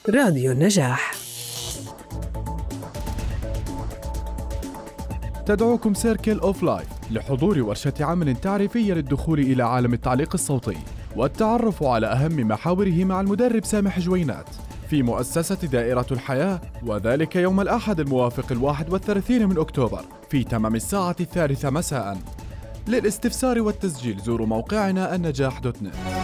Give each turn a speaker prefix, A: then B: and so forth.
A: راديو النجاح.
B: تدعوكم سيركل أوف لايف لحضور ورشة عمل تعريفية للدخول إلى عالم التعليق الصوتي والتعرف على أهم محاوره مع المدرب سامح جوينات في مؤسسة دائرة الحياة، وذلك يوم الأحد الموافق 31 من أكتوبر في تمام الساعة 3 مساء. للاستفسار والتسجيل زوروا موقعنا النجاح.net.